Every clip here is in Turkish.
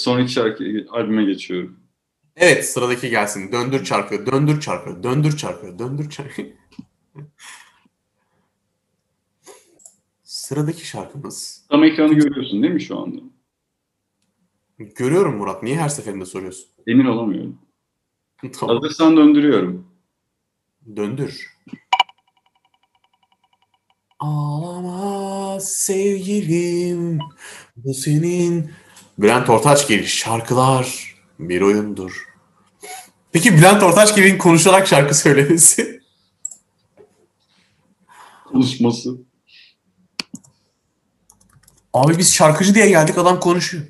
sonraki şarkı albüme geçiyorum. Evet, sıradaki gelsin. Döndür çarkı, döndür çarkı, döndür çarkı, döndür çarkı. Sıradaki şarkımız. Tam ekranı görüyorsun değil mi şu anda? Görüyorum Murat. Niye her seferinde soruyorsun? Emin olamıyorum. Tamam. Hazırsan döndürüyorum. Döndür. Ağlama sevgilim, bu senin. Bülent Ortaçgil, şarkılar bir oyundur. Peki Bülent Ortaçgil'in konuşarak şarkı söylemesi? Konuşması. Abi biz şarkıcı diye geldik, adam konuşuyor.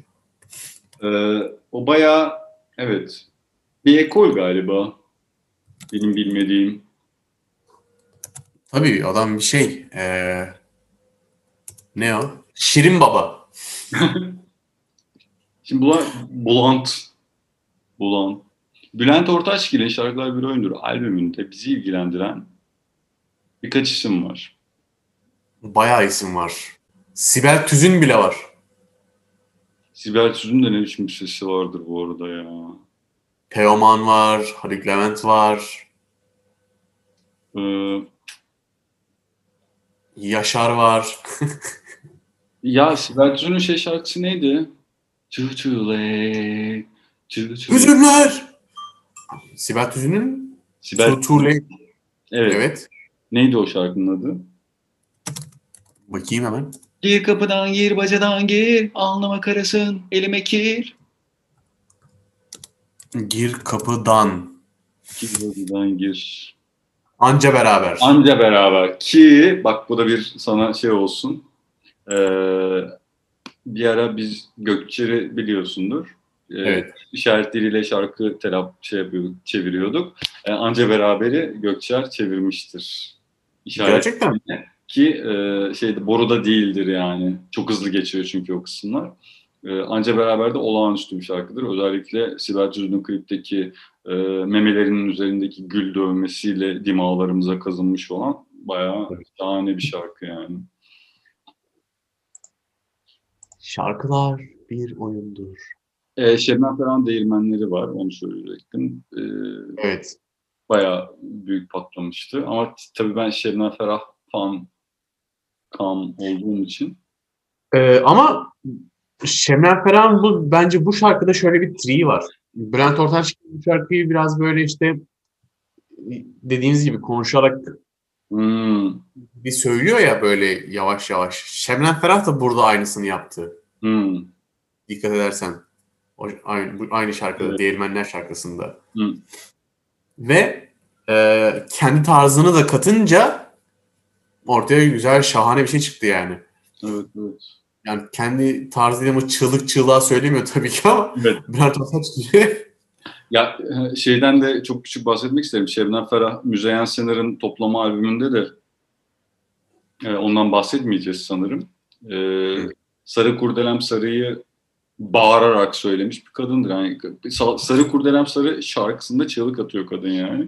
O bayağı, evet, bir ekol galiba. Benim bilmediğim. Tabii adam bir şey. Ne o? Şirin Baba. Şimdi Bulant. Bülent Ortaçgil'in Şarkılar Bir Oyundur albümünde bizi ilgilendiren birkaç isim var. Bayağı isim var. Sibel Tüzün bile var. Sibel Tüzün de ne biçim bir sesi vardır bu arada ya. Teoman var, Haluk Levent var, Ee, Yaşar var. Ya Sibel Tüzün'ün şarkısı neydi? Çuçule. Hüzünler! Sibel Tüzün'ün Sibel Tule. Evet. Evet. Neydi o şarkının adı? Bakayım hemen. Gir kapıdan gir, bacadan gir, alnıma karasın, elime kir. Gir kapıdan. Gir kapıdan gir. Anca beraber. Anca beraber. Ki bak bu da bir sana şey olsun. Bir ara biz Gökçer'i biliyorsundur. Evet. İşaret diliyle şarkı çeviriyorduk. Anca beraberi Gökçer çevirmiştir. Gerçekten mi? Ki boruda değildir yani. Çok hızlı geçiyor çünkü o kısımlar. Anca beraber de olağanüstü bir şarkıdır. Özellikle Sibel Tüzün'ün klipteki memelerinin üzerindeki gül dövmesiyle dimağlarımıza kazınmış olan bayağı şahane bir şarkı yani. Şarkılar bir oyundur. Şebnem Ferah'ın Değirmenleri var, onu söyleyecektim. Evet. Bayağı büyük patlamıştı. Ama tabii ben Şebnem Ferah fan olduğum için. Ama Şebnem Ferah'ın bence bu şarkıda şöyle bir triği var. Bülent Ortaçgil bu şarkıyı biraz böyle işte dediğiniz gibi konuşarak bir söylüyor ya böyle yavaş yavaş. Şebnem Ferah da burada aynısını yaptı. Dikkat edersen. Aynı şarkıda, evet. Değirmenler şarkısında. Ve kendi tarzını da katınca ortaya güzel, şahane bir şey çıktı yani. Evet. Yani kendi tarzıyla mı çığlığa söylemiyor tabii ki ama evet. Bülent Ortaçgil. Ya şeyden de çok küçük bahsetmek isterim. Şebnem Ferah, Müzeyyen Senar'ın toplama albümünde de ondan bahsetmeyeceğiz sanırım. Sarı Kurdelem Sarı'yı bağırarak söylemiş bir kadındır. Yani Sarı Kurdelem Sarı şarkısında çığlık atıyor kadın yani.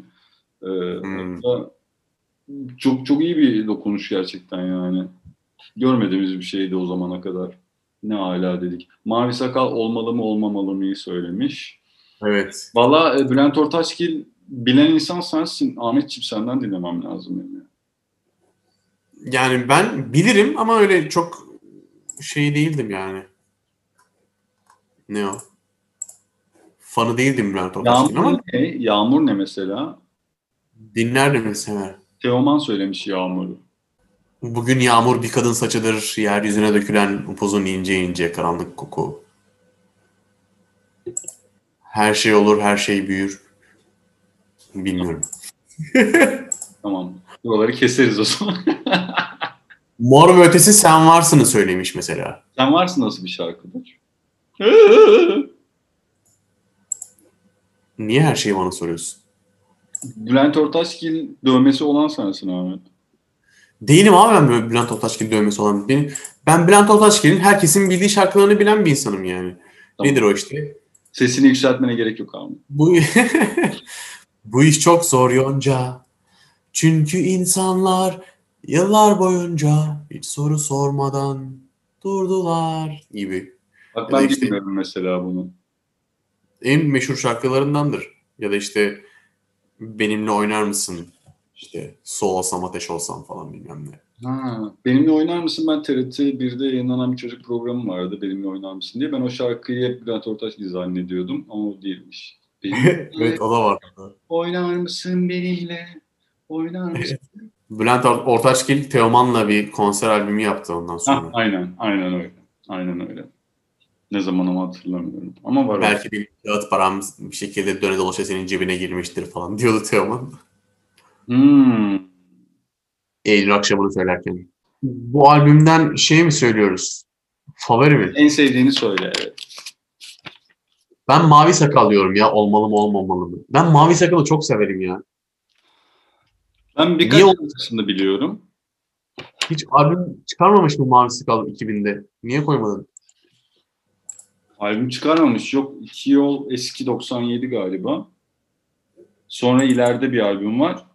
Çok çok iyi bir dokunuş gerçekten yani. Görmediğimiz bir şeydi o zamana kadar. Ne hala dedik. Mavi Sakal olmalı mı olmamalı mıyı söylemiş. Evet. Valla Bülent Ortaçgil bilen insan sensin. Ahmetciğim senden dinlemem lazım yani. Yani ben bilirim ama öyle çok şey değildim yani. Ne o? Fanı değildim Bülent Ortaçgil'in ama. Yağmur ne mesela? Dinlerdim mesela. Teoman söylemiş Yağmur'u. Bugün yağmur bir kadın saçıdır, yeryüzüne dökülen upuzun ince ince karanlık koku. Her şey olur, her şey büyür. Bilmiyorum. Tamam. Buraları keseriz o zaman. Mor ve Ötesi Sen Varsın'ı söylemiş mesela. Sen Varsın nasıl bir şarkıdır? Niye her şeyi bana soruyorsun? Bülent Ortaçgil dövmesi olan sensin Ahmet. Değilim abi ben böyle Bülent Ortaçgil dövmesi olan. Ben Bülent Ortaçgil'in herkesin bildiği şarkılarını bilen bir insanım yani. Tamam. Nedir o işte? Sesini yükseltmene gerek yok abi. Bu iş çok zor Yonca. Çünkü insanlar yıllar boyunca hiç soru sormadan durdular gibi. Bak Ya da ben işte bilmiyorum mesela bunu. en meşhur şarkılarındandır. Ya da işte benimle oynar mısın? İşte su olsam ateş olsam falan bilmem ne. Ha, Benimle Oynar mısın? Ben TRT 1'de yayınlanan bir çocuk programı vardı. Benimle Oynar mısın diye. Ben o şarkıyı hep Bülent Ortaç zannediyordum ama o değilmiş. Benimle Evet, o da var. oynar mısın benimle? Oynar mısın? Bülent Ortaçgil Teoman'la bir konser albümü yaptı ondan Hah, sonra. aynen öyle. Aynen öyle. Ne zaman ama hatırlamıyorum. Ama var o. Belki bir kağıt param bir şekilde döne dolaşa senin cebine girmiştir falan diyordu Teoman. Hmm. Eylül akşamını söylerken. Bu albümden şey mi söylüyoruz? Favori mi? En sevdiğini söyle. Evet. Ben Mavi Sakal diyorum ya. Olmalı mı olmamalı mı? Ben Mavi Sakal'ı çok severim ya. Ben Niye birkaç şarkısını biliyorum. hiç albüm çıkarmamış mı Mavi Sakal 2000'de? Niye koymadın? Albüm çıkarmamış. Yok, iki yol eski 97 galiba. Sonra ileride bir albüm var.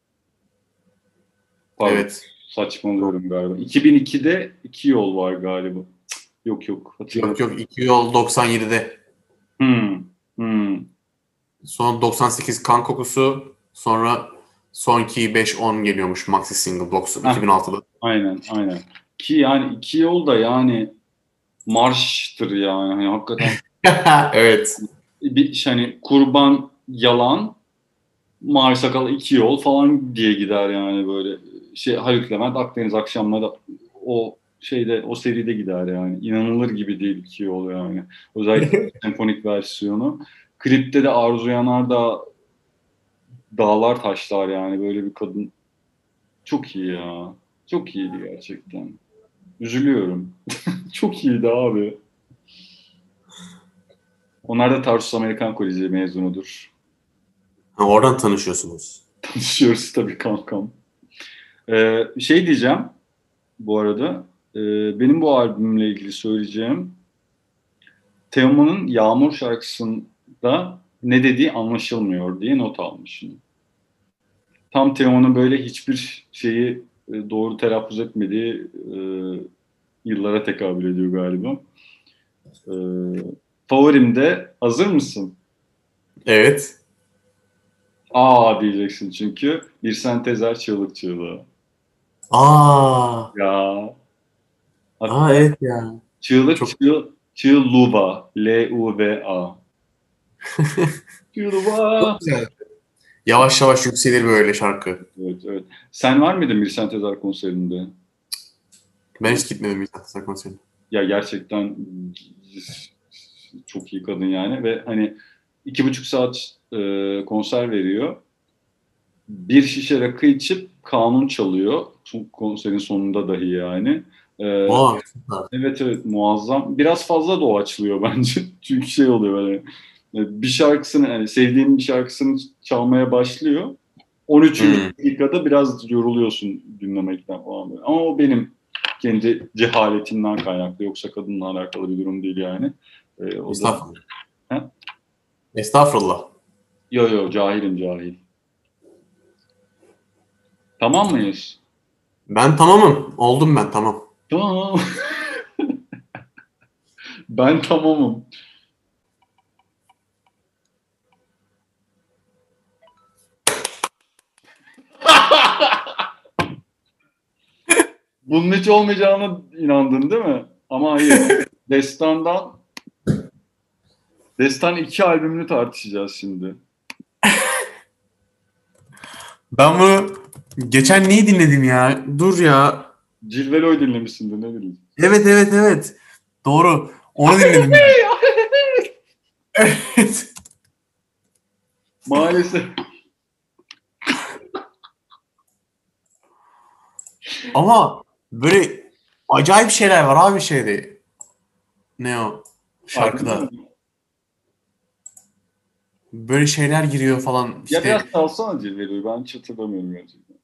Pardon, Evet. Yok saçmalıyorum galiba. 2002'de iki yol var galiba. Yok, yok, hatırlamıyorum. yok. 2 yol 97'de. Hmm, hmm. Sonra 98 Kan Kokusu. Sonra sonki 5-10 geliyormuş maxi single Heh, 2006'da. aynen. Ki yani iki yol da yani marştır yani. Hani hakikaten Evet. bir hani kurban yalan, Mavi Sakal iki yol falan diye gider yani böyle. Haluk Levent Akdeniz akşamları o o seride gider yani. İnanılır gibi değil iki yol yani. Özellikle senfonik versiyonu. Klipte de Arzu Yanardağ dağlar taşlar yani böyle bir kadın. Çok iyi ya. Çok iyiydi gerçekten. Üzülüyorum. Çok iyiydi abi. Onlar da Tarsus Amerikan Koleji mezunudur. Ha, oradan tanışıyorsunuz. Tanışıyoruz tabii kankam. Diyeceğim bu arada. Benim bu albümle ilgili söyleyeceğim. Teoman'ın Yağmur şarkısında ne dediği anlaşılmıyor diye not almışım. Tam Teoman'ın böyle hiçbir şeyi doğru telaffuz etmediği yıllara tekabül ediyor galiba. E, Favorim de hazır mısın? Evet. Aa diyeceksin çünkü bir sentezer çığlık çığlığı. Aa. Ya Aa, hatta evet ya. çığlık Çok çığluva Luva. Çığluva. çok güzel. Yavaş yavaş yükselir böyle şarkı. Evet. Sen var mıydın bir sentezar konserinde? Ben hiç gitmedim bir konserine. Ya gerçekten çok iyi kadın yani ve hani 2,5 saat konser veriyor. Bir şişe rakı içip kanun çalıyor. Konserin sonunda dahi yani. E, Aa, süper. evet, muazzam. Biraz fazla doğaçlıyor bence. Çünkü oluyor böyle. Bir şarkısını yani sevdiğim bir şarkısını çalmaya başlıyor. 13. Hmm. dakikada biraz yoruluyorsun dinlemekten falan böyle. Ama o benim kendi cehaletimden kaynaklı. Yoksa kadınla alakalı bir durum değil yani. O da Estağfurullah. ha? Estağfurullah. Yo, cahilim cahil. Tamam mıyız? Ben tamamım. Oldum ben, tamam. Tamam. Ben tamamım. Bunun hiç olmayacağına inandın değil mi? Ama hayır. Destan'dan Destan 2 albümünü tartışacağız şimdi. Ben bunu geçen neyi dinledim ya? Dur ya. Cilveloy dinlemişsindir ne bileyim. Evet, evet, evet. Doğru. Onu dinledim. Evet. Maalesef. Ama böyle acayip şeyler var abi şeyde. Ne o? Albümde Şarkıda. mi? Böyle şeyler giriyor falan Ya biraz işte. salsana Cilveloy'u. Ben hiç hatırlamıyorum gerçekten.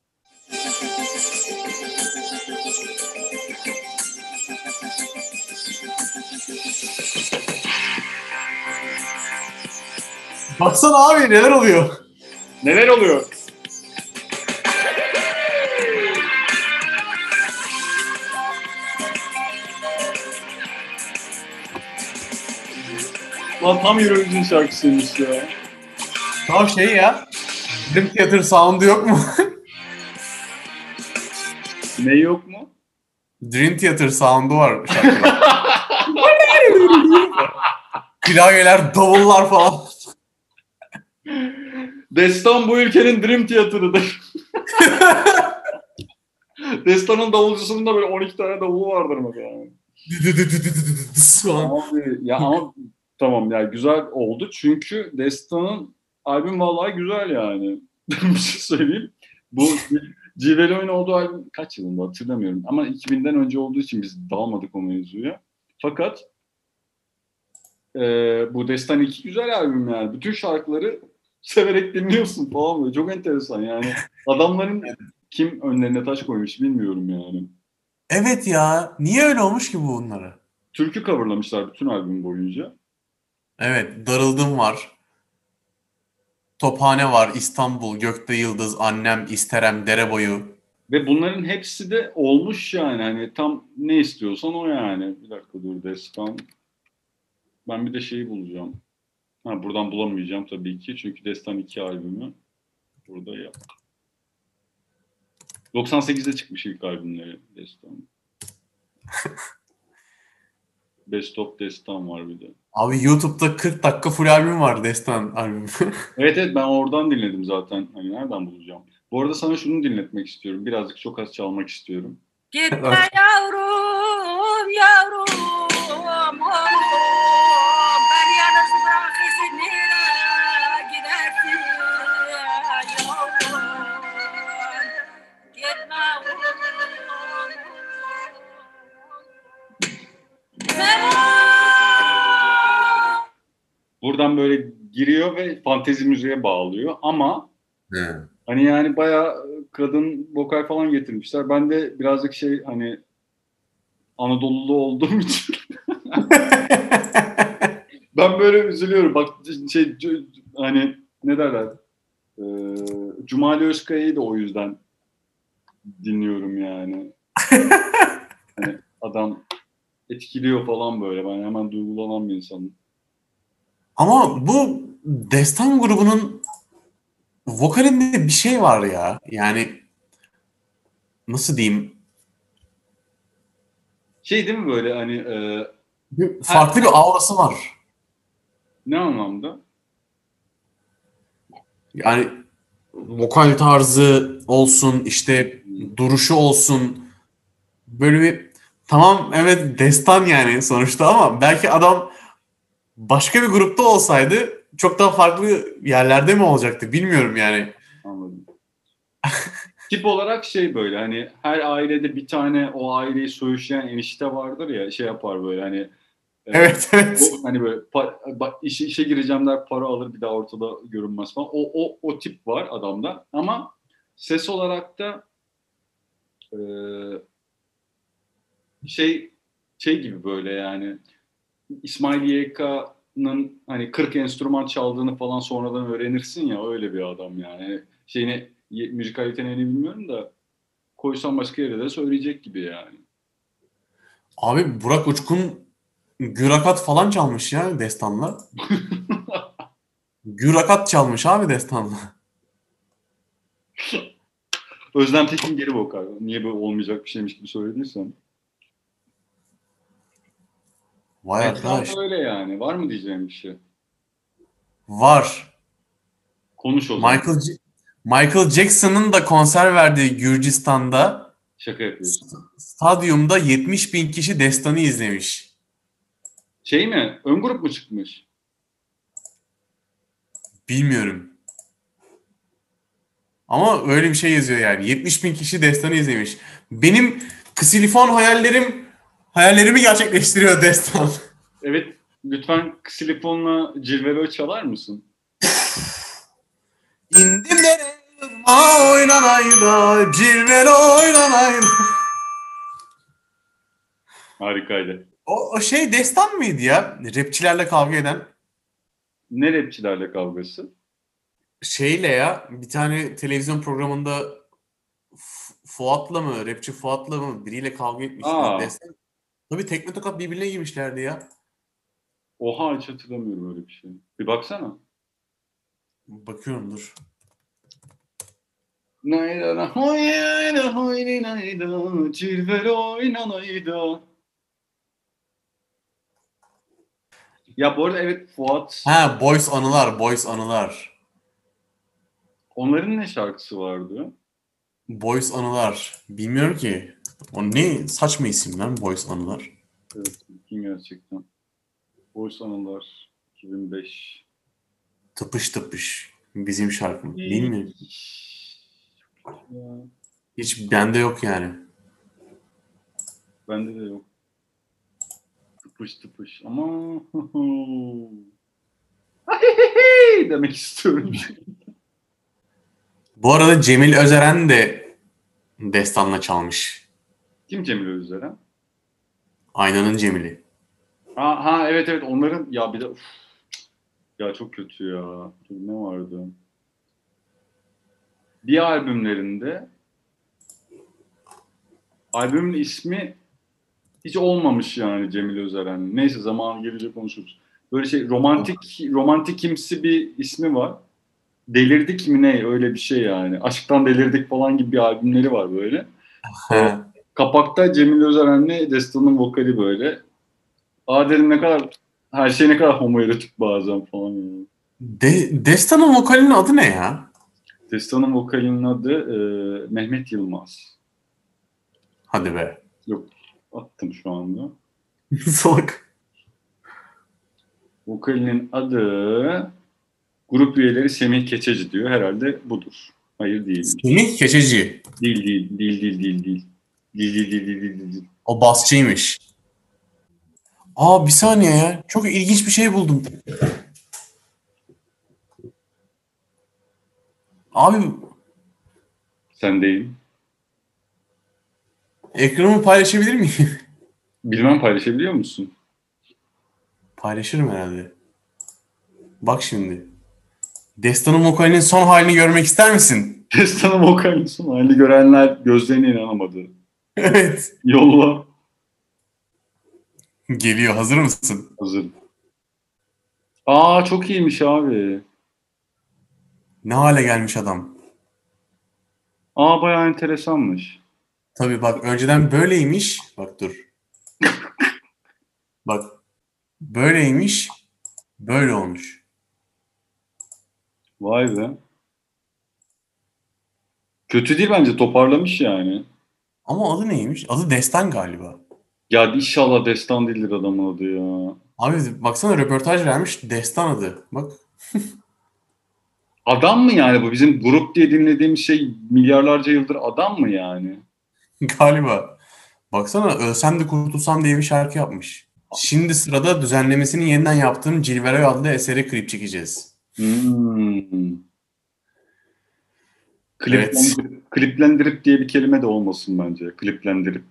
Baksana abi neler oluyor. Neler oluyor? Lan tam Eurovision şarkısıymış ya. Tamam şey ya. Dream Theater sound'u yok mu? Ne yok mu? Dream Theater sound'u var şarkıda. Klavyeler, davullar falan. Destan bu ülkenin Dream Theater'ıdır. Destan'ın davulcusunun da böyle 12 tane davulu vardır mesela. Abi ya ama tamam ya güzel oldu çünkü Destan'ın albüm vallahi güzel yani. Bir şey söyleyeyim. Bu Civel'in oyun olduğu albüm kaç yılında hatırlamıyorum ama 2000'den önce olduğu için biz dalmadık o mevzuya. Fakat bu Destan 2 güzel albüm yani. Bütün şarkıları severek dinliyorsun falan böyle. Çok enteresan yani. Adamların kim önlerine taş koymuş bilmiyorum yani. Evet ya. Niye öyle olmuş ki bu bunlara? Türkü coverlamışlar bütün albüm boyunca. Evet. Darıldım var. Tophane var. İstanbul. Gökte Yıldız. Annem. İsterem. Dere boyu. Ve bunların hepsi de olmuş yani. Hani tam ne istiyorsan o yani. Bir dakika dur Destan. Ben bir de şeyi bulacağım. Ha, buradan bulamayacağım tabii ki. Çünkü Destan 2 albümü burada ya. 98'de çıkmış ilk albümleri Destan. Best of Destan var bir de. Abi YouTube'da 40 dakika full albüm var. Destan albümü. Evet evet ben oradan dinledim zaten. Hani nereden bulacağım? Bu arada sana şunu dinletmek istiyorum. Birazcık çok az çalmak istiyorum. Gitme yavrum, yavrum, oğlum. Beni yalnız bırakırsın nereye gidersin yavrum. Gitme yavrum. Buradan böyle giriyor ve fantezi müziğe bağlıyor ama hani yani bayağı kadın vokal falan getirmişler. Ben de birazcık şey hani Anadolulu olduğum için ben böyle üzülüyorum. Bak şey hani ne derler? Cumali Özkaya'yı da o yüzden dinliyorum yani. Hani adam etkiliyor falan böyle. Ben hemen duygulanan bir insanım. Ama bu Destan grubunun vokalinde bir şey var ya. Yani nasıl diyeyim? Şey değil mi böyle hani Farklı bir aurası var. ne anlamda? Yani vokal tarzı olsun, işte duruşu olsun. Böyle bir tamam evet destan yani sonuçta ama belki adam başka bir grupta olsaydı çok daha farklı yerlerde mi olacaktı bilmiyorum yani. Anladım. Tip olarak şey böyle hani her ailede bir tane o aileyi soyuşlayan enişte vardır ya şey yapar böyle hani Evet evet. hani böyle işe gireceğim der para alır bir daha ortada görünmez falan. O tip var adamda ama ses olarak da e, şey şey gibi böyle yani İsmail YK'nın hani 40 enstrüman çaldığını falan sonradan öğrenirsin ya öyle bir adam yani. Şeyini müzikal yeteneğini bilmiyorum da koysam başka yere de söyleyecek gibi yani. Abi Burak Uçkun Gürakat falan çalmış ya Destan'la. Gürakat çalmış abi Destan'la. Özlem Tekin geri vokal. Niye böyle olmayacak bir şeymiş gibi söylediysen. Vay arkadaş. Etrafı öyle yani. Var mı diyeceğim bir şey? Var. Konuş o zaman. Michael Jackson'ın da konser verdiği Gürcistan'da Şaka yapıyorsun. stadyumda 70 bin kişi Destan'ı izlemiş. Şey mi? Ön grup mu çıkmış? Bilmiyorum. Ama öyle bir şey yazıyor yani. 70 bin kişi Destan'ı izlemiş. Benim ksilifon hayallerimi gerçekleştiriyor Destan. Evet. Lütfen ksilifonla Cilvelo çalar mısın? İndim dere yılma oynanayda cilveli oynanayda. Harikaydı. O şey Destan mıydı ya? Rapçilerle kavga eden. Ne rapçilerle kavgası? Şeyle ya bir tane televizyon programında Fuat'la mı, rapçi Fuat'la mı biriyle kavga etmişti. Aa, Destan. Tabii tekme tokat birbirine girmişlerdi ya. Oha, hiç hatırlamıyorum öyle bir şey. Bir baksana. Bakıyorum dur. Nayda hoyna hoyna nayda cilvel oynanayda. Ya bu arada evet, Fuat. Ha, Boys Anılar, Boys Anılar. Onların ne şarkısı vardı? Boys Anılar. Bilmiyorum ki. O ne saçma isim lan, Boys Anılar. Evet, kim gerçekten. Boys Anılar 2005. Tıpış tıpış. Bizim şarkım. Bilmiyorum. Ya, Hiç bende yok yani. bende de yok. Tıpış tıpış ama demek istiyorum. Bu arada Cemil Özeren de Destan'la çalmış. Kim Cemil Özeren? Aynanın Cemil'i. Ha evet evet, onların ya bir de ya çok kötü ya. Dur, ne vardı? Bir albümlerinde albümün ismi hiç olmamış yani Cemil Özeren. Neyse, zaman gelince konuşuruz. Böyle şey romantikimsi bir ismi var. Delirdik mi ne, öyle bir şey yani. Aşktan delirdik falan gibi bir albümleri var böyle. Kapakta Cemil Özeren'le Destan'ın vokali böyle. Dedim ne kadar, her şey ne kadar homoerotik bazen falan yani. Destan'ın vokalinin adı ne ya? Destan'ın vokalinin adı Mehmet Yılmaz. Hadi be. Yok, attım şu anda. Salak. Vokalinin adı, grup üyeleri Semih Keçeci diyor. Herhalde budur. Hayır, değil. Semih Keçeci. Değil. Değil. O basçıymış. Bir saniye ya. Çok ilginç bir şey buldum. Abi Sen değil. ekranımı paylaşabilir miyim? Bilmem, paylaşabiliyor musun? Paylaşırım herhalde. Bak şimdi. Destan'ın vokalinin son halini görmek ister misin? Destan'ın vokalinin son halini görenler gözlerine inanamadı. Evet. Yolla. Geliyor. Hazır mısın? Hazır. Çok iyiymiş abi. Ne hale gelmiş adam. Bayağı enteresanmış. Tabii bak, önceden böyleymiş. Bak dur. Bak. Böyleymiş. Böyle olmuş. Vay be. Kötü değil bence, toparlamış yani. Ama adı neymiş? Adı Destan galiba. Ya inşallah Destan değildir adamın adı ya. Abi baksana, röportaj vermiş. Destan adı. Bak. Adam mı yani bu? Bizim grup diye dinlediğim şey milyarlarca yıldır adam mı yani? Galiba. Baksana, Ölsem de Kurtulsam diye bir şarkı yapmış. Şimdi sırada düzenlemesini yeniden yaptığım Cilvero adlı eseri klip çekeceğiz. Evet. Kliplendirip diye bir kelime de olmasın bence. Kliplendirip.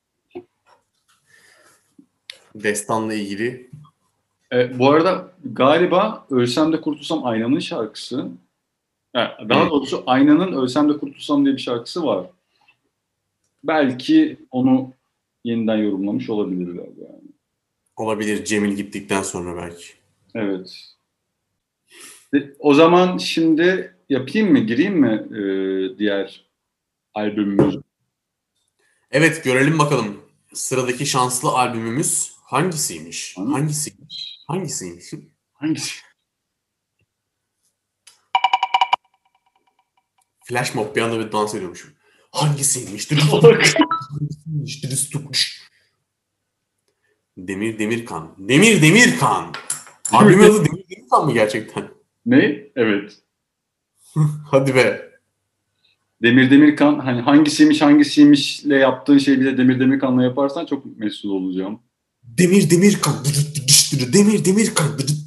Destan'la ilgili. Bu arada galiba Ölsem de Kurtulsam Aynanın şarkısı. Daha doğrusu Aynanın Ölsem de Kurtulsam diye bir şarkısı var. Belki onu yeniden yorumlamış olabilirler yani. Olabilir, Cemil gittikten sonra belki. Evet. O zaman şimdi yapayım mı, gireyim mi diğer albümümüz? Evet, görelim bakalım. Sıradaki şanslı albümümüz hangisiymiş? Hangisiymiş? Hangisi? Flash mob, bir anda bir dans ediyormuşum. Hangisiymiş? Demir Demirkan. Demir Demirkan. Albümün adı Demir Demirkan mı gerçekten? Ne? Evet. Hadi be. Demir Demirkan, hani hangisiymişle yaptığın şeyi bir de Demir Demirkan'la yaparsan çok mesut olacağım. Demir Demirkan. Demir Demirkan.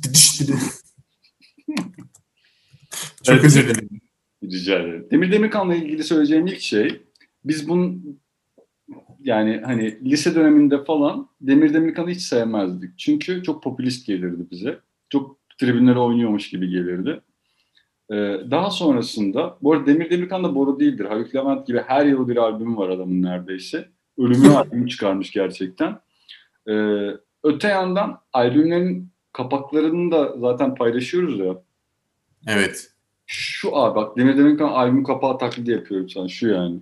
Çok Evet. özür dilerim. Rica ederim. Demir Demirkan'la ilgili söyleyeceğim ilk şey, biz bunun yani hani lise döneminde falan Demir Demirkan'ı hiç sevmezdik. Çünkü çok popülist gelirdi bize. Çok tribünlere oynuyormuş gibi gelirdi. Daha sonrasında, bu arada Demir Demirkan da boru değildir. Haluk Levent gibi her yıl bir albümü var adamın neredeyse. Ölümlü albüm çıkarmış gerçekten. Öte yandan albümlerin kapaklarını da zaten paylaşıyoruz ya. Evet. Şu abi bak Demir Demirkan albüm kapağı taklidi yapıyorum sana. Şu yani.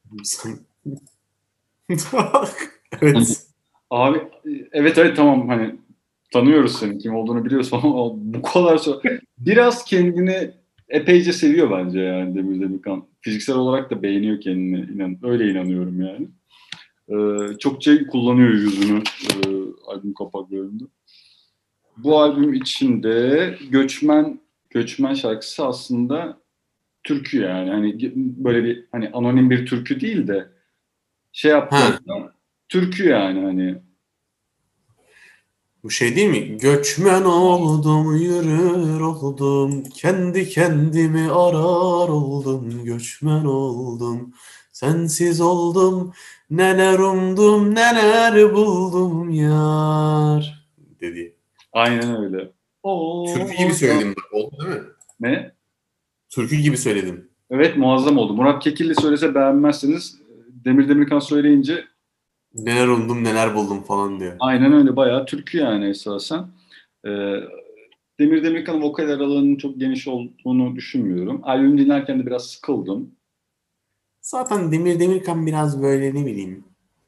Evet. Abi evet tamam hani tanıyoruz senin kim olduğunu biliyorsun ama bu kadar biraz kendini epeyce seviyor bence yani Demir Demirkan. Fiziksel olarak da beğeniyor kendini. Öyle inanıyorum yani. Çokça kullanıyor yüzünü albüm kapaklarında. Bu albüm içinde Göçmen şarkısı aslında türkü yani. Hani böyle bir hani anonim bir türkü değil de şey yaptığında türkü yani hani. Bu şey değil mi? Göçmen oldum, yürür oldum, kendi kendimi arar oldum, göçmen oldum, sensiz oldum, neler umdum, neler buldum yar dedi. Aynen öyle. Türkü gibi söyledim bak, oldu değil mi? Ne? Türkü gibi söyledim. Evet muazzam oldu. Murat Kekilli söylese beğenmezseniz Demir Demirkan söyleyince Neler umdum, neler buldum falan diyor. aynen öyle bayağı türkü yani esasen. Demir Demirkan'ın vokal aralarının çok geniş olduğunu düşünmüyorum. Albüm dinlerken de biraz sıkıldım. Zaten Demir Demirkan biraz böyle ne bileyim.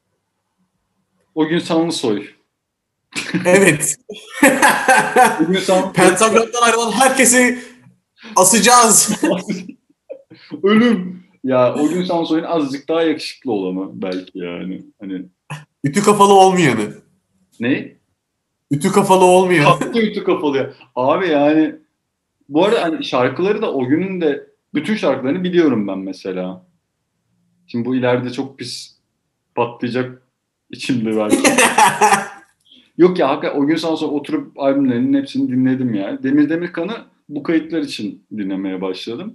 O gün Sanlısoy. Evet. O gün Sanlısoy. Pentagram'dan ayrılan herkesi asacağız. Ölüm. Ya o gün Sanlısoy'un azıcık daha yakışıklı olanı belki yani. Hani Ütü kafalı olmayanı. ne? Ütü kafalı olmayan. Tatlı ütü kafalı ya. Abi yani bu arada hani şarkıları da o günün de bütün şarkılarını biliyorum ben mesela. Şimdi bu ileride çok pis patlayacak içimde belki. Yok ya hakikaten o gün sonra oturup albümlerinin hepsini dinledim yani. Demir Demirkan'ı bu kayıtlar için dinlemeye başladım.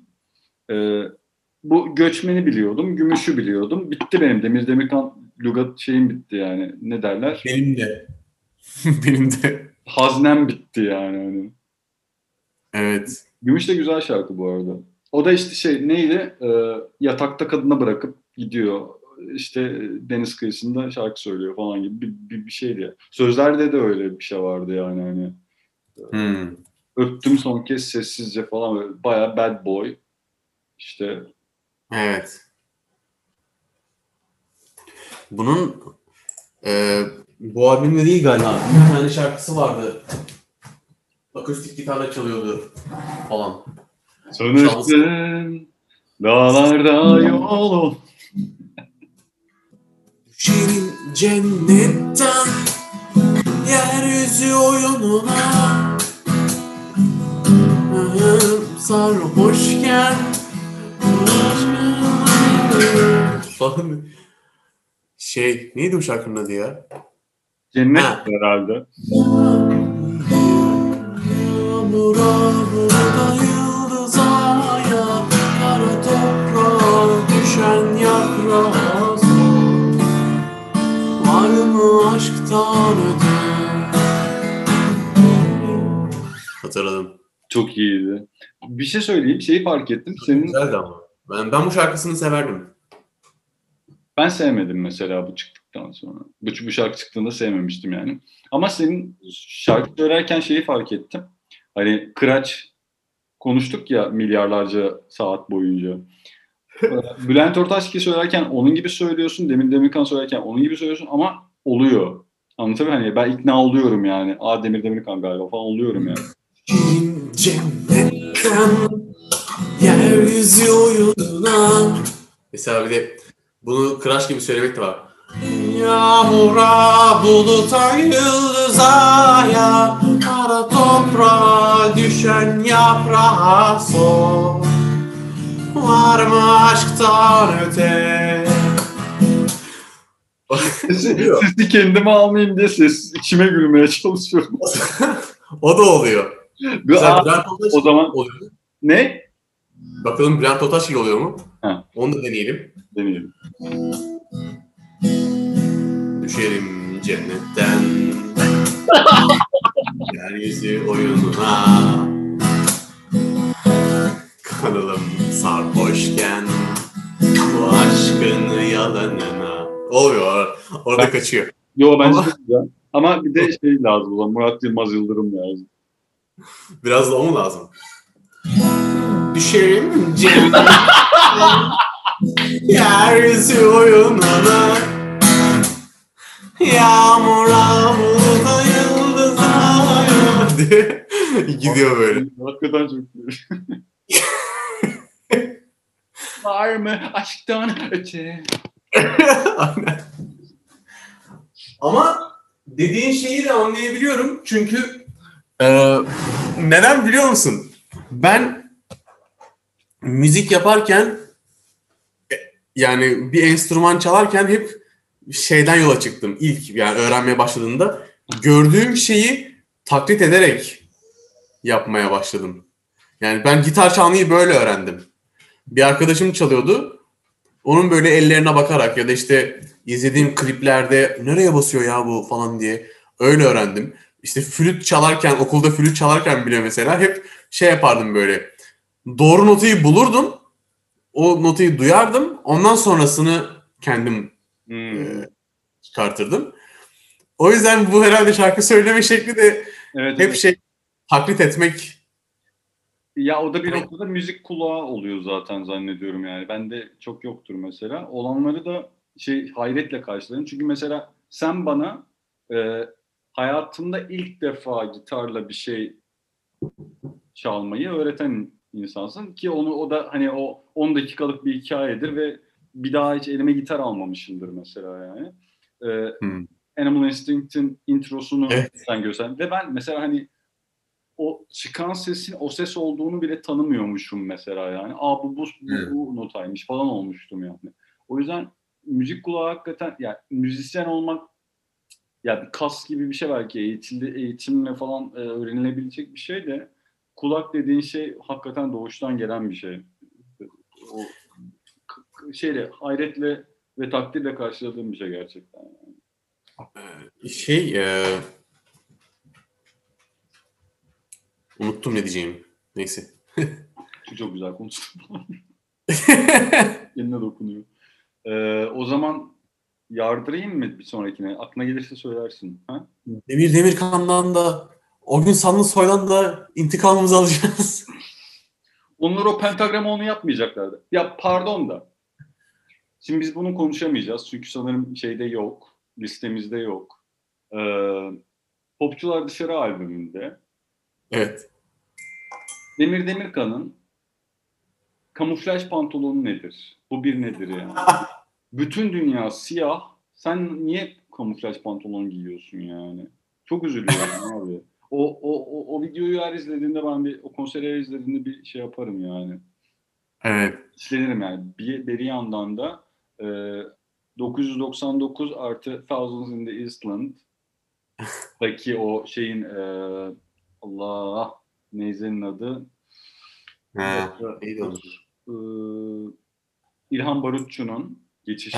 Bu Göçmen'i biliyordum, Gümüş'ü biliyordum. Bitti benim Demir Demirkan lügat şeyim bitti yani. Ne derler? Benim de. Benim de. Haznem bitti yani. Hani. Evet. Gümüş de güzel şarkı bu arada. O da işte şey neydi? Yatakta kadına bırakıp gidiyor. İşte deniz kıyısında şarkı söylüyor falan gibi bir şeydi ya. Sözlerde de öyle bir şey vardı yani hani. Öptüm son kez sessizce falan böyle bayağı bad boy. İşte. Evet. Bunun bu albümde değil galiba. Bir tane şarkısı vardı. Akustik gitarla çalıyordu falan. Sönüştün dağlarda yolum. Düşerim cennetten yeryüzü oyununa, sarhoşken falan. Neydi bu şarkının adı ya? Cennet herhalde. Yağmura burada yıldıza ya, kara toprağa düşen yaprağa sor. Var mı aşktan öte? Hatırladım. Çok iyiydi. Bir şey söyleyeyim. Şeyi fark ettim. Güzeldi ama. Ben bu şarkısını severdim. Ben sevmedim mesela bu çıktıktan sonra. Bu şarkı çıktığında sevmemiştim yani. Ama senin şarkı söylerken şeyi fark ettim. Hani Kıraç konuştuk ya milyarlarca saat boyunca. Bülent Ortaçgil söylerken onun gibi söylüyorsun. Demir Demirkan söylerken onun gibi söylüyorsun ama oluyor. Anlatabiliyor muyum? Hani ben ikna oluyorum yani. Demir Demirkan galiba falan oluyorum yani. Cennetten yeryüzü oyununa. Mesela bir de bunu Kıraç gibi söylemek de var. Yağmura, buluta, yıldıza ya, kara toprağa düşen yaprağa sor. Var mı aşktan öte? Sesi kendime almayayım diye içime gülmeye çalışıyorum. O da oluyor. O zaman oluyor. Ne? Bakalım Bülent Ortaçgil oluyor mu? Ha. Onu da deneyelim. Deneyelim. Düşerim cennetten yeryüzü oyununa, kanalım sarhoşken bu aşkın yalanına. Oluyor. Orada kaçıyor. Yo bence de güzel. Ama bir de şey lazım. Ulan Murat Yılmaz Yıldırım lazım. Biraz da o mu lazım? Düşerim cebime. Yeryüzü oyununa. Yağmura buluta yıldıza diye gidiyor böyle. Hakikaten çok iyi. Var mı aşktan öte? Aynen. Ama dediğin şeyi de anlayabiliyorum çünkü neden biliyor musun? Ben müzik yaparken yani bir enstrüman çalarken hep şeyden yola çıktım. İlk yani öğrenmeye başladığımda gördüğüm şeyi taklit ederek yapmaya başladım. Yani ben gitar çalmayı böyle öğrendim. Bir arkadaşım çalıyordu. Onun böyle ellerine bakarak ya da işte izlediğim kliplerde nereye basıyor ya bu falan diye öyle öğrendim. İşte flüt çalarken, okulda flüt çalarken bile mesela hep şey yapardım böyle. Doğru notayı bulurdum. O notayı duyardım. Ondan sonrasını kendim çıkartırdım. O yüzden bu herhalde şarkı söyleme şekli de Evet, hep evet. şey taklit etmek. Ya o da bir noktada müzik kulağı oluyor zaten zannediyorum yani. Bende çok yoktur mesela. Olanları da hayretle karşılarım. Çünkü mesela sen bana hayatımda ilk defa gitarla bir şey çalmayı öğreten insansın ki o da hani o 10 dakikalık bir hikayedir ve bir daha hiç elime gitar almamışımdır mesela yani. Animal Instinct'in introsunu sen gösterdin ve ben mesela hani o çıkan sesin o ses olduğunu bile tanımıyormuşum mesela yani. Bu notaymış falan olmuştum yani. O yüzden müzik kulağı hakikaten yani müzisyen olmak ya bir kas gibi bir şey belki eğitimle falan öğrenilebilecek bir şey de kulak dediğin şey hakikaten doğuştan gelen bir şey. O hayretle ve takdirle karşıladığım bir şey gerçekten. Unuttum ne diyeceğimi. Neyse. Çok güzel konuştum. Eline dokunuyor. O zaman yardırayım mı bir sonrakine? Aklına gelirse söylersin. Ha? Demir Demirkan'dan da o gün Sanlı Soy'dan da intikamımızı alacağız. Onlar o pentagramı onu yapmayacaklardı. Ya pardon da. Şimdi biz bunu konuşamayacağız. Çünkü sanırım şeyde yok. Listemizde yok. Popçular Dışarı albümünde. Evet. Demir Demirkan'ın kamuflaj pantolonu nedir? Bu bir nedir yani? Bütün dünya siyah. Sen niye kamuflaj pantolon giyiyorsun yani? Çok üzülüyorum abi. O videoyu her izlediğimde o konseri her izlediğimde bir şey yaparım yani. Evet. İşlenirim yani. Bir yandan da 999 artı Thousands in the Eastland'daki o şeyin Allah neyzenin adı Neydi o? İlhan Barutçu'nun geçişi.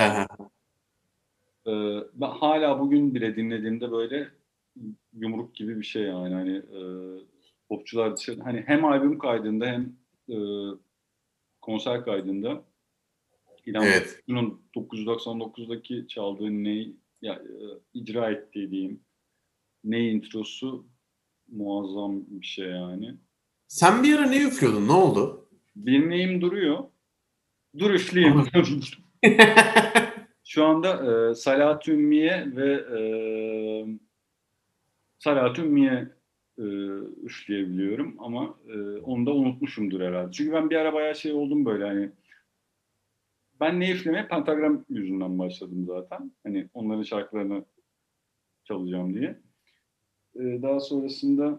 Ben hala bugün bile dinlediğimde böyle yumruk gibi bir şey yani hani popçular dışarı hani hem albüm kaydında hem konser kaydında İlhan Barutçu'nun 999'daki çaldığı icra ettiği diyeyim Ney introsu muazzam bir şey yani. Sen bir ara ne üflüyordun? Ne oldu? Bir neyim duruyor. Dur üfleyeyim. Şu anda Salat Ümmiye ve Salat Ümmiye üfleyebiliyorum ama onu da unutmuşumdur herhalde. Çünkü ben bir ara bayağı şey oldum böyle hani ben ne üflemeye pentagram yüzünden başladım zaten. Hani onların şarkılarını çalacağım diye. Daha sonrasında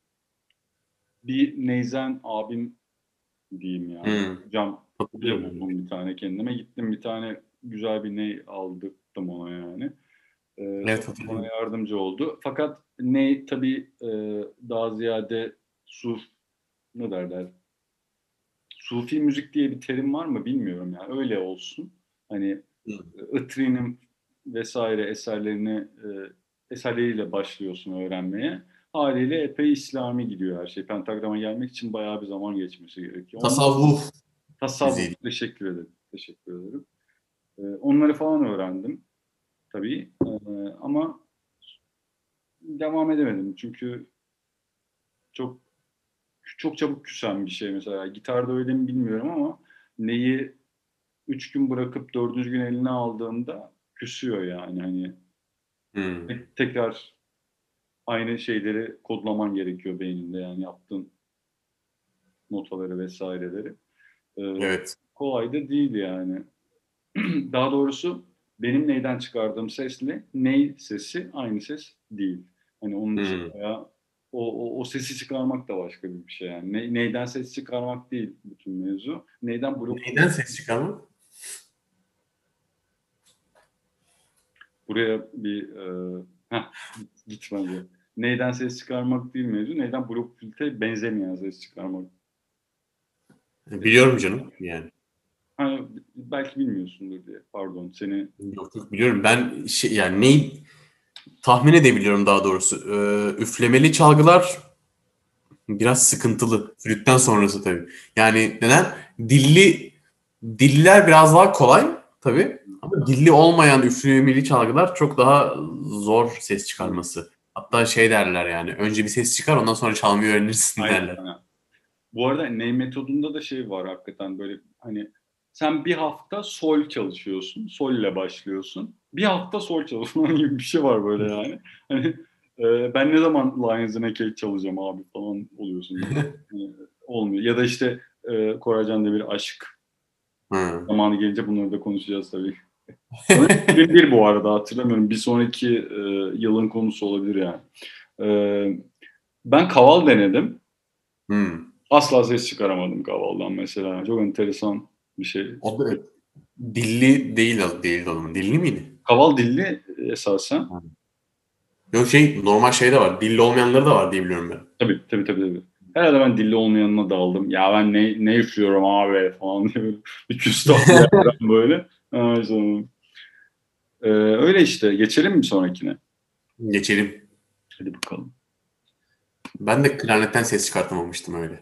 bir neyzen abim diyeyim yani. Cam buldum bir tane kendime. Gittim bir tane güzel bir ney aldırttım ona yani. Bana yardımcı oldu. Fakat ney tabii daha ziyade ne derler? Sufi müzik diye bir terim var mı bilmiyorum yani. Öyle olsun. Hani Itri'nin vesaire eserleriyle başlıyorsun öğrenmeye. Haliyle epey İslami gidiyor her şey. Pentagrama gelmek için bayağı bir zaman geçmesi gerekiyor. Tasavvuf. Teşekkür ederim. Teşekkür ederim. Onları falan öğrendim. Tabii. Ama devam edemedim. Çünkü çok çabuk küsen bir şey mesela. Gitarda öyle mi bilmiyorum ama neyi 3 gün bırakıp 4. gün eline aldığında küsüyor yani. Hani tekrar aynı şeyleri kodlaman gerekiyor beyninde, yani yaptığın notaları vesaireleri. Evet. Kolay da değil yani. Daha doğrusu benim neyden çıkardığım sesle ney sesi aynı ses değil. Hani onun için bayağı o sesi çıkarmak da başka bir şey yani. Neyden ses çıkarmak değil bütün mevzu. Neyden blok... Neyden ses çıkarmak? Buraya bir gitmedi. Neyden ses çıkarmak değil mevzu. Neyden blok flüte benzemeyen ses çıkarmak. Biliyorum canım yani. Hani belki bilmiyorsundur diye. Pardon seni. Yok biliyorum. Ben yani neyi tahmin edebiliyorum daha doğrusu. Üflemeli çalgılar biraz sıkıntılı. Flütten sonrası tabii. Yani neden? Dilliler biraz daha kolay tabii. Ama dilli olmayan üflemeli çalgılar çok daha zor ses çıkarması. Hatta şey derler yani. Önce bir ses çıkar, ondan sonra çalmayı öğrenirsin derler. Aynen. Bu arada ney metodunda da şey var hakikaten, böyle hani sen bir hafta sol çalışıyorsun. Sol ile başlıyorsun. Bir hafta sol çalışman gibi bir şey var böyle yani. Hani ben ne zaman Lions in a Cage çalacağım abi falan oluyorsun. Yani, olmuyor. Ya da işte Koray Can Demir Aşk. Zamanı gelince bunları da konuşacağız tabii. 2001 bu arada, hatırlamıyorum. Bir sonraki yılın konusu olabilir yani. Ben kaval denedim. Asla ses çıkaramadım kavaldan mesela. Çok enteresan bir şey. O da dilli değil oğlum. Dilli miydi? Kaval dilli esasen. Yok normal şey de var. Dilli olmayanları da var diye biliyorum ben. Tabii. Herhalde ben dilli olmayanına daldım. Ya ben ne üflüyorum abi falan diye böyle bir küstah bir yerden böyle. Öyle işte. Geçelim mi sonrakine? Geçelim. Hadi bakalım. Ben de klarnetten ses çıkartamamıştım öyle.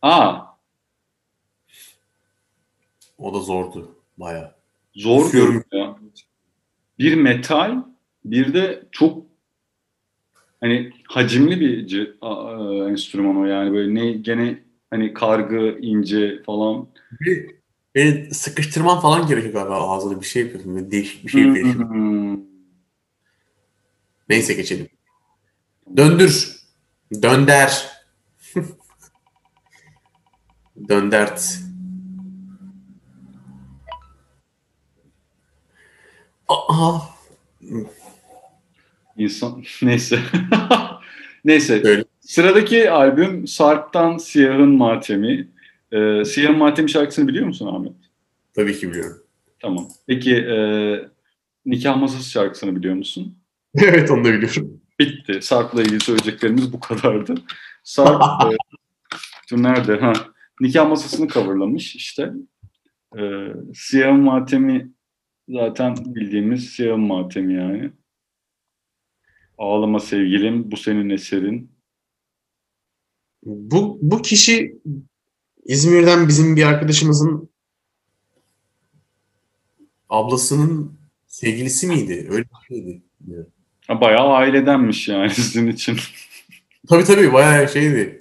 O da zordu bayağı. Zor ya. Bir metal, bir de çok hani hacimli bir enstrüman o yani, böyle gene hani kargı, ince falan. Sıkıştırman falan gerekiyor galiba, ağzına bir şey yapıyorsun. Böyle değişik bir şey yapıyorsun. Neyse geçelim. Döndür. Dönder. Döndert. İnsan neyse. Neyse. Öyle. Sıradaki albüm Sarp'tan Siyahın Matemi. Siyahın Matemi şarkısını biliyor musun Ahmet? Tabii ki biliyorum. Tamam. Peki Nikah Masası şarkısını biliyor musun? Evet, onu da biliyorum. Bitti. Sarp'la ilgili söyleyeceklerimiz bu kadardı. Sarp nerede? Nikah Masası'nı coverlamış işte. Siyahın Matemi zaten bildiğimiz Siyahın Matemi yani. Ağlama sevgilim, bu senin eserin. Bu kişi İzmir'den bizim bir arkadaşımızın ablasının sevgilisi miydi? Öyle bir şeydi. Bayağı ailedenmiş yani sizin için. Tabii bayağı şeydi.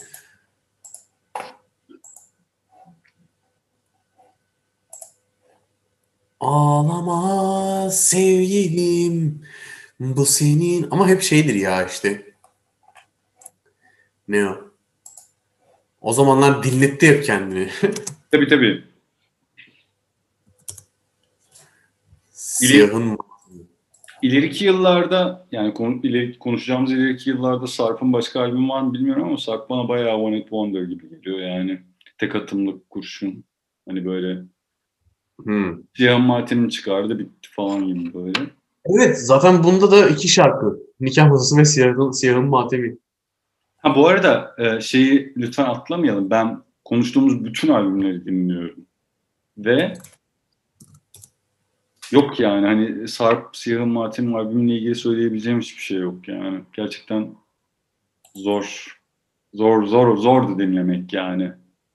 Ağlama sevgilim, bu senin, ama hep şeydir ya işte. Ne o? O zamanlar dinletti hep kendini. Tabii. Siyahın. İleriki yıllarda yani konuşacağımız ileriki yıllarda Sarp'ın başka albüm var mı bilmiyorum ama Sarp bana bayağı One Hit Wonder gibi geliyor yani. Tek atımlık kurşun. Hani böyle Siyahın Matemini çıkardı bitti falan gibi böyle. Evet, zaten bunda da 2 şarkı. Nikah Masası ve Siyahın Matemi. Bu arada şeyi lütfen atlamayalım. Ben konuştuğumuz bütün albümleri dinliyorum. Ve yok yani hani Sarp Siyahın Matemi albümüyle ilgili söyleyebileceğim hiçbir şey yok yani. Gerçekten zordu dinlemek yani.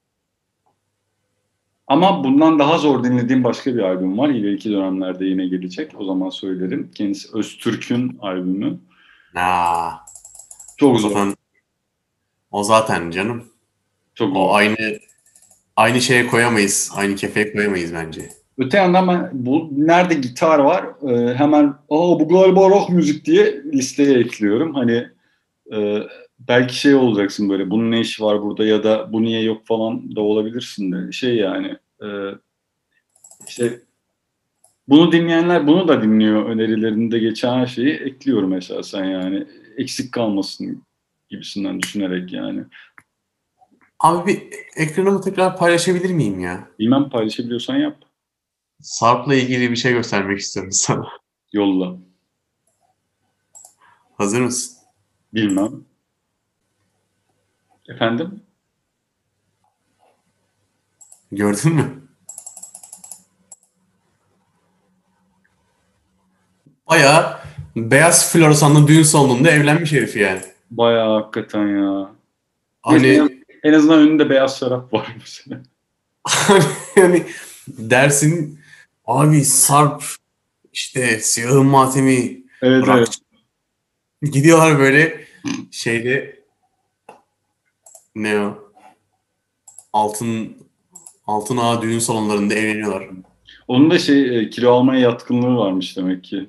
Ama bundan daha zor dinlediğim başka bir albüm var. İleriki dönemlerde yine gelecek. O zaman söylerim. Kendisi Öztürk'ün albümü. Çok O zor. zaten o zaten canım. Çok O zor. aynı şeye koyamayız. Aynı kefeye koyamayız bence. Öte yandan ben bu nerede gitar var hemen bu galiba rock müzik diye listeye ekliyorum. Hani belki şey olacaksın böyle bunun ne işi var burada ya da bu niye yok falan da olabilirsin de şey yani işte bunu dinleyenler bunu da dinliyor önerilerinde geçen her şeyi ekliyorum esasen yani eksik kalmasın gibisinden düşünerek yani. Abi bir ekranımı tekrar paylaşabilir miyim ya? Bilmem paylaşabiliyorsan yap. Sarp'la ilgili bir şey göstermek istiyorum sana. Yolla. Hazır mısın? Bilmem. Efendim? Gördün mü? Bayağı beyaz floresanlı düğün salonunda evlenmiş herif yani. Bayağı hakikaten ya. Neyse Hani en azından önünde beyaz şarap var mesela. yani dersin abi Sarp işte siyahın matemi Evet rock. evet. Gidiyorlar böyle şeyde ne o? Altın Altın Ağa düğün salonlarında evleniyorlar. Onun da kilo almaya yatkınlığı varmış demek ki.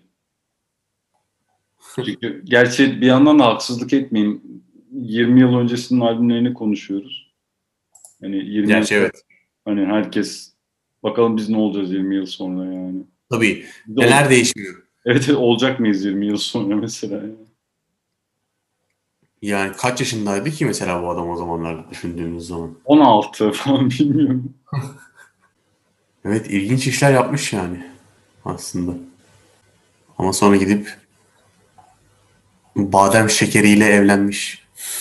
Çünkü gerçi bir yandan da haksızlık etmeyeyim. 20 yıl öncesinin albümlerini konuşuyoruz. Hani 20 yıl Gerçi evet. hani herkes bakalım biz ne olacağız 20 yıl sonra yani. Tabii. Biz de Neler değişmiyor. evet, evet, olacak mıyız 20 yıl sonra mesela yani. Yani kaç yaşındaydı ki mesela bu adam o zamanlar düşündüğümüz zaman. 16 falan bilmiyorum. Evet ilginç işler yapmış yani aslında. Ama sonra gidip badem şekeriyle evlenmiş.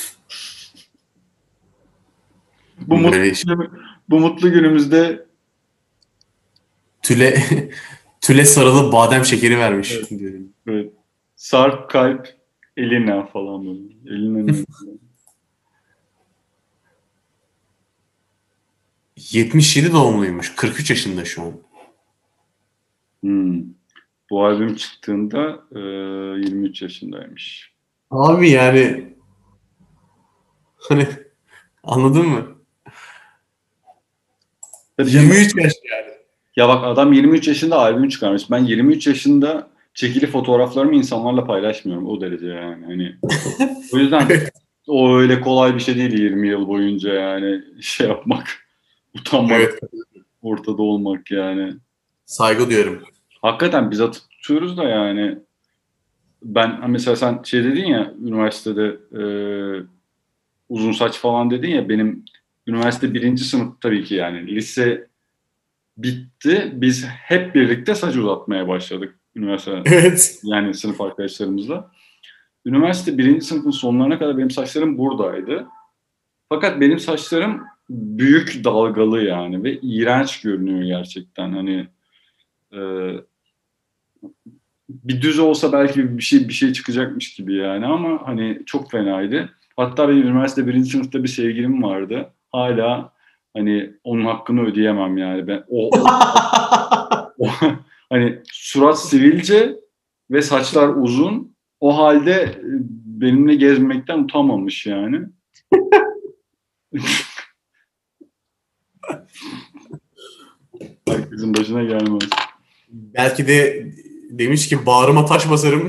Bu Böyle mutlu, bu mutlu günümüzde tüle tüle sarılı badem şekeri vermiş. evet, evet. Sarp kalp Elina falan böyle. Elina ne? 77 doğumluymuş. 43 yaşında şu an. Hmm. Bu albüm çıktığında 23 yaşındaymış. Abi yani hani anladın mı? Tabii canım. 23 yaş yani. Ya bak adam 23 yaşında albüm çıkarmış. Ben 23 yaşında çekili fotoğraflarımı insanlarla paylaşmıyorum. O derece yani. Hani o yüzden o öyle kolay bir şey değil 20 yıl boyunca yani şey yapmak. Utanmadan Evet. ortada olmak yani. Saygı duyuyorum. Hakikaten biz atıp tutuyoruz da yani ben mesela sen şey dedin ya üniversitede uzun saç falan dedin ya benim üniversite birinci sınıf tabii ki yani lise bitti. Biz hep birlikte saç uzatmaya başladık üniversite Evet. yani sınıf arkadaşlarımızla. Üniversite birinci sınıfın sonlarına kadar benim saçlarım buradaydı. Fakat benim saçlarım büyük dalgalı yani ve iğrenç görünüyor gerçekten. Hani e, bir düz olsa belki bir şey çıkacakmış gibi yani ama hani çok fenaydı. Hatta benim üniversite birinci sınıfta bir sevgilim vardı. Hala hani onun hakkını ödeyemem yani. Ben o hani surat sivilce ve saçlar uzun. O halde benimle gezmekten utanmamış yani. Herkesin başına gelmez. Belki de demiş ki bağrıma taş basarım.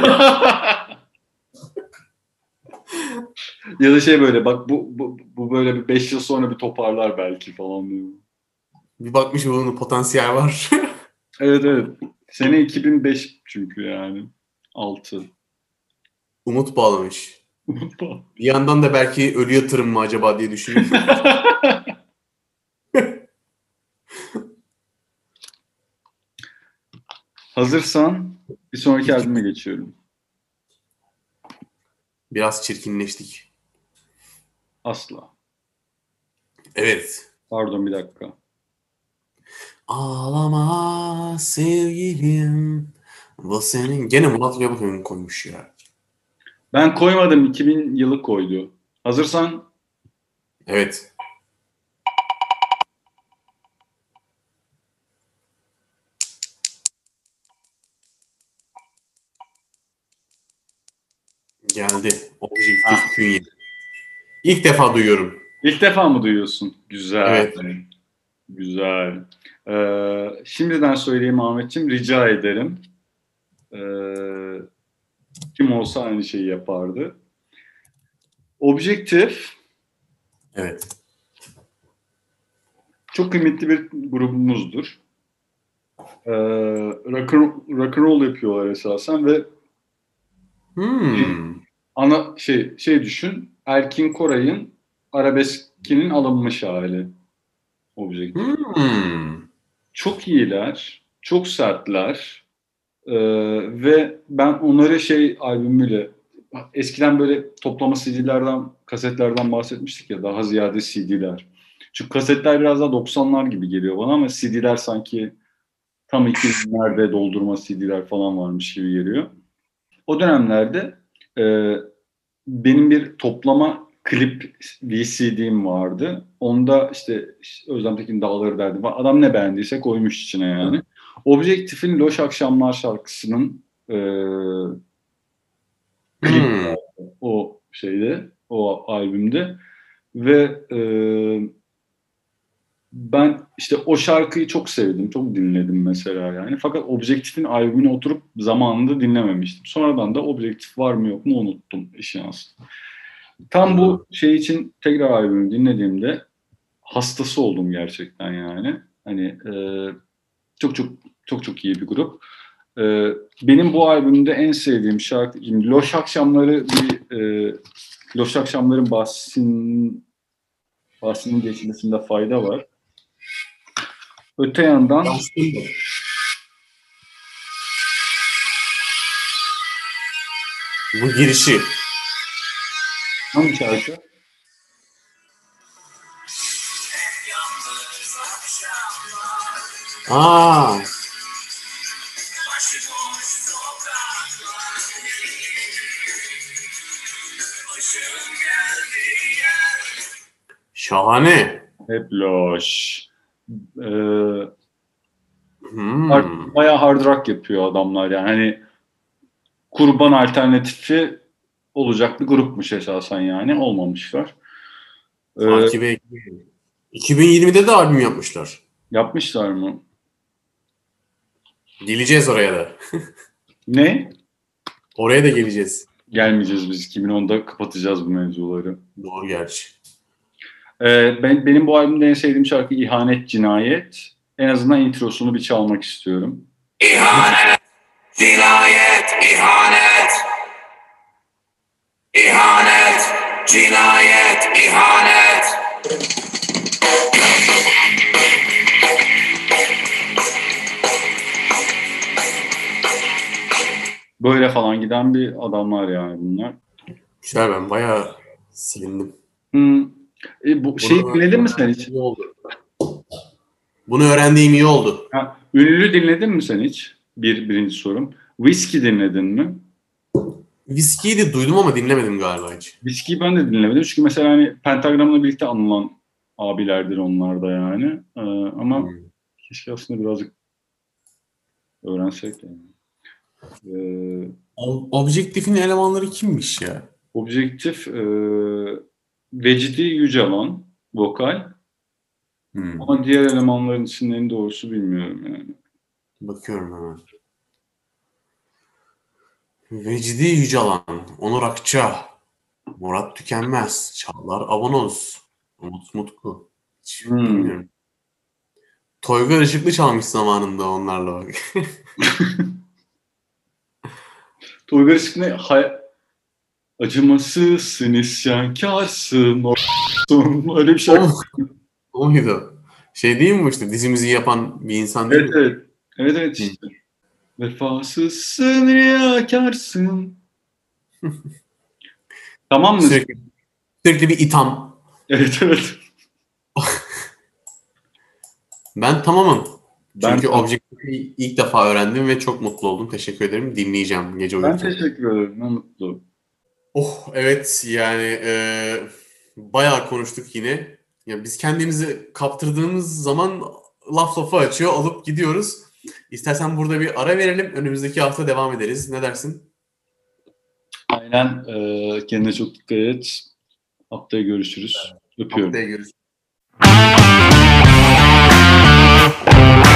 Ya da şey böyle bak bu böyle bir 5 yıl sonra bir toparlar belki falan diyor. Bir bakmış bunun potansiyel var. Evet evet. Sene 2005 çünkü yani. 6. Umut bağlamış. Bir yandan da belki ölü yatırım mı acaba diye düşünüp Hazırsan bir sonraki albüme geçiyorum. biraz çirkinleştik. Asla. Evet. Pardon bir dakika. Ağlama sevgilim. Bu senin. Gene Murat Yabıköy'ün koymuş ya. Ben koymadım 2000 yılı koydu. Hazırsan Evet. Geldi. Objektif künye. İlk defa duyuyorum. İlk defa mı duyuyorsun? Güzel. Evet. Güzel. Şimdiden söyleyeyim Ahmetciğim, rica ederim. Kim olsa aynı şeyi yapardı. Objektif Evet. çok kıymetli bir grubumuzdur. Rock and roll yapıyorlar esasen ve ana şey düşün, Erkin Koray'ın arabeskinin alınmış hali Objektif. Çok iyiler, çok sertler ve ben onları albümüyle eskiden böyle toplama CD'lerden, kasetlerden bahsetmiştik ya, daha ziyade CD'ler. Çünkü kasetler biraz daha 90'lar gibi geliyor bana ama CD'ler sanki tam 2000'lerde doldurma CD'ler falan varmış gibi geliyor. O dönemlerde benim bir toplama klip VCD'm vardı. Onda işte Özlem Tekin Dağları derdim. Adam ne beğendiyse koymuş içine yani. Objektif'in Loş Akşamlar şarkısının klibi vardı o şeyde, o albümde. Ve ben işte o şarkıyı çok sevdim, çok dinledim mesela yani. Fakat Objektif'in albümüne oturup zamanında dinlememiştim. Sonradan da Objektif var mı yok mu unuttum işin aslında. Tam bu şey için tekrar albümü dinlediğimde hastası oldum gerçekten yani. Hani çok iyi bir grup. Benim bu albümde en sevdiğim şarkı, Loş Akşamları Loş Akşamların bahsinin geçmesinde fayda var. Öte yandan bu girişi. Hangi şarkı? Şahane. Hep loş. Bayağı hard rock yapıyor adamlar yani. Hani Kurban alternatifi olacak bir grupmuş esasen yani. Olmamışlar. Takibe 2020'de de albüm yapmışlar. Yapmışlar mı? Geleceğiz oraya da. Ne? Oraya da geleceğiz. Gelmeyeceğiz biz. 2010'da kapatacağız bu mevzuları. Doğru gerçi. Benim bu albümde en sevdiğim şarkı İhanet Cinayet. En azından introsunu bir çalmak istiyorum. İhanet, cinayet, ihanet. İhanet, cinayet, ihanet. Böyle falan giden bir adamlar yani bunlar. Güzel, ben bayağı sevindim. Bu şeyi dinledin mi sen hiç? İyi oldu. Bunu öğrendiğim iyi oldu. Ünlü dinledin mi sen hiç? Birinci sorum. Whiskey dinledin mi? Whiskey'i de duydum ama dinlemedim galiba hiç. Whiskey'i ben de dinlemedim. Çünkü mesela hani Pentagram'la birlikte anılan abilerdir onlar da yani. Ama keşke aslında birazcık öğrensek yani. Objektif'in elemanları kimmiş ya? Objektif Vecdi Yücalan vokal. Ama diğer elemanların isimlerini doğrusu bilmiyorum yani. Bakıyorum hemen. Vecdi Yücalan, Onur Akça, Murat Tükenmez, Çağlar Abonoz, Umut Mutku. Hiç bilmiyorum. Toygar Işıklı çalmış zamanında onlarla bak. Toygar Işıklı ne? Acımasızsın, isyankarsın, öyle bir şey. O muydu? Şey değil mi işte, dizimizi yapan bir insan değil mi? Evet işte. Vefasızsın, riyakarsın. Tamam mı? Sürekli bir itham. Evet. Ben tamamım. Çünkü Objektif'i ilk defa öğrendim ve çok mutlu oldum. Teşekkür ederim. Dinleyeceğim gece uyurken. Ben teşekkür ederim. Ne mutlu. Oh evet yani bayağı konuştuk yine. Ya biz kendimizi kaptırdığımız zaman lafı açıyor, alıp gidiyoruz. İstersen burada bir ara verelim. Önümüzdeki hafta devam ederiz. Ne dersin? Aynen. Kendine çok dikkat et. Haftaya görüşürüz. Öpüyorum. Haftaya görüşürüz.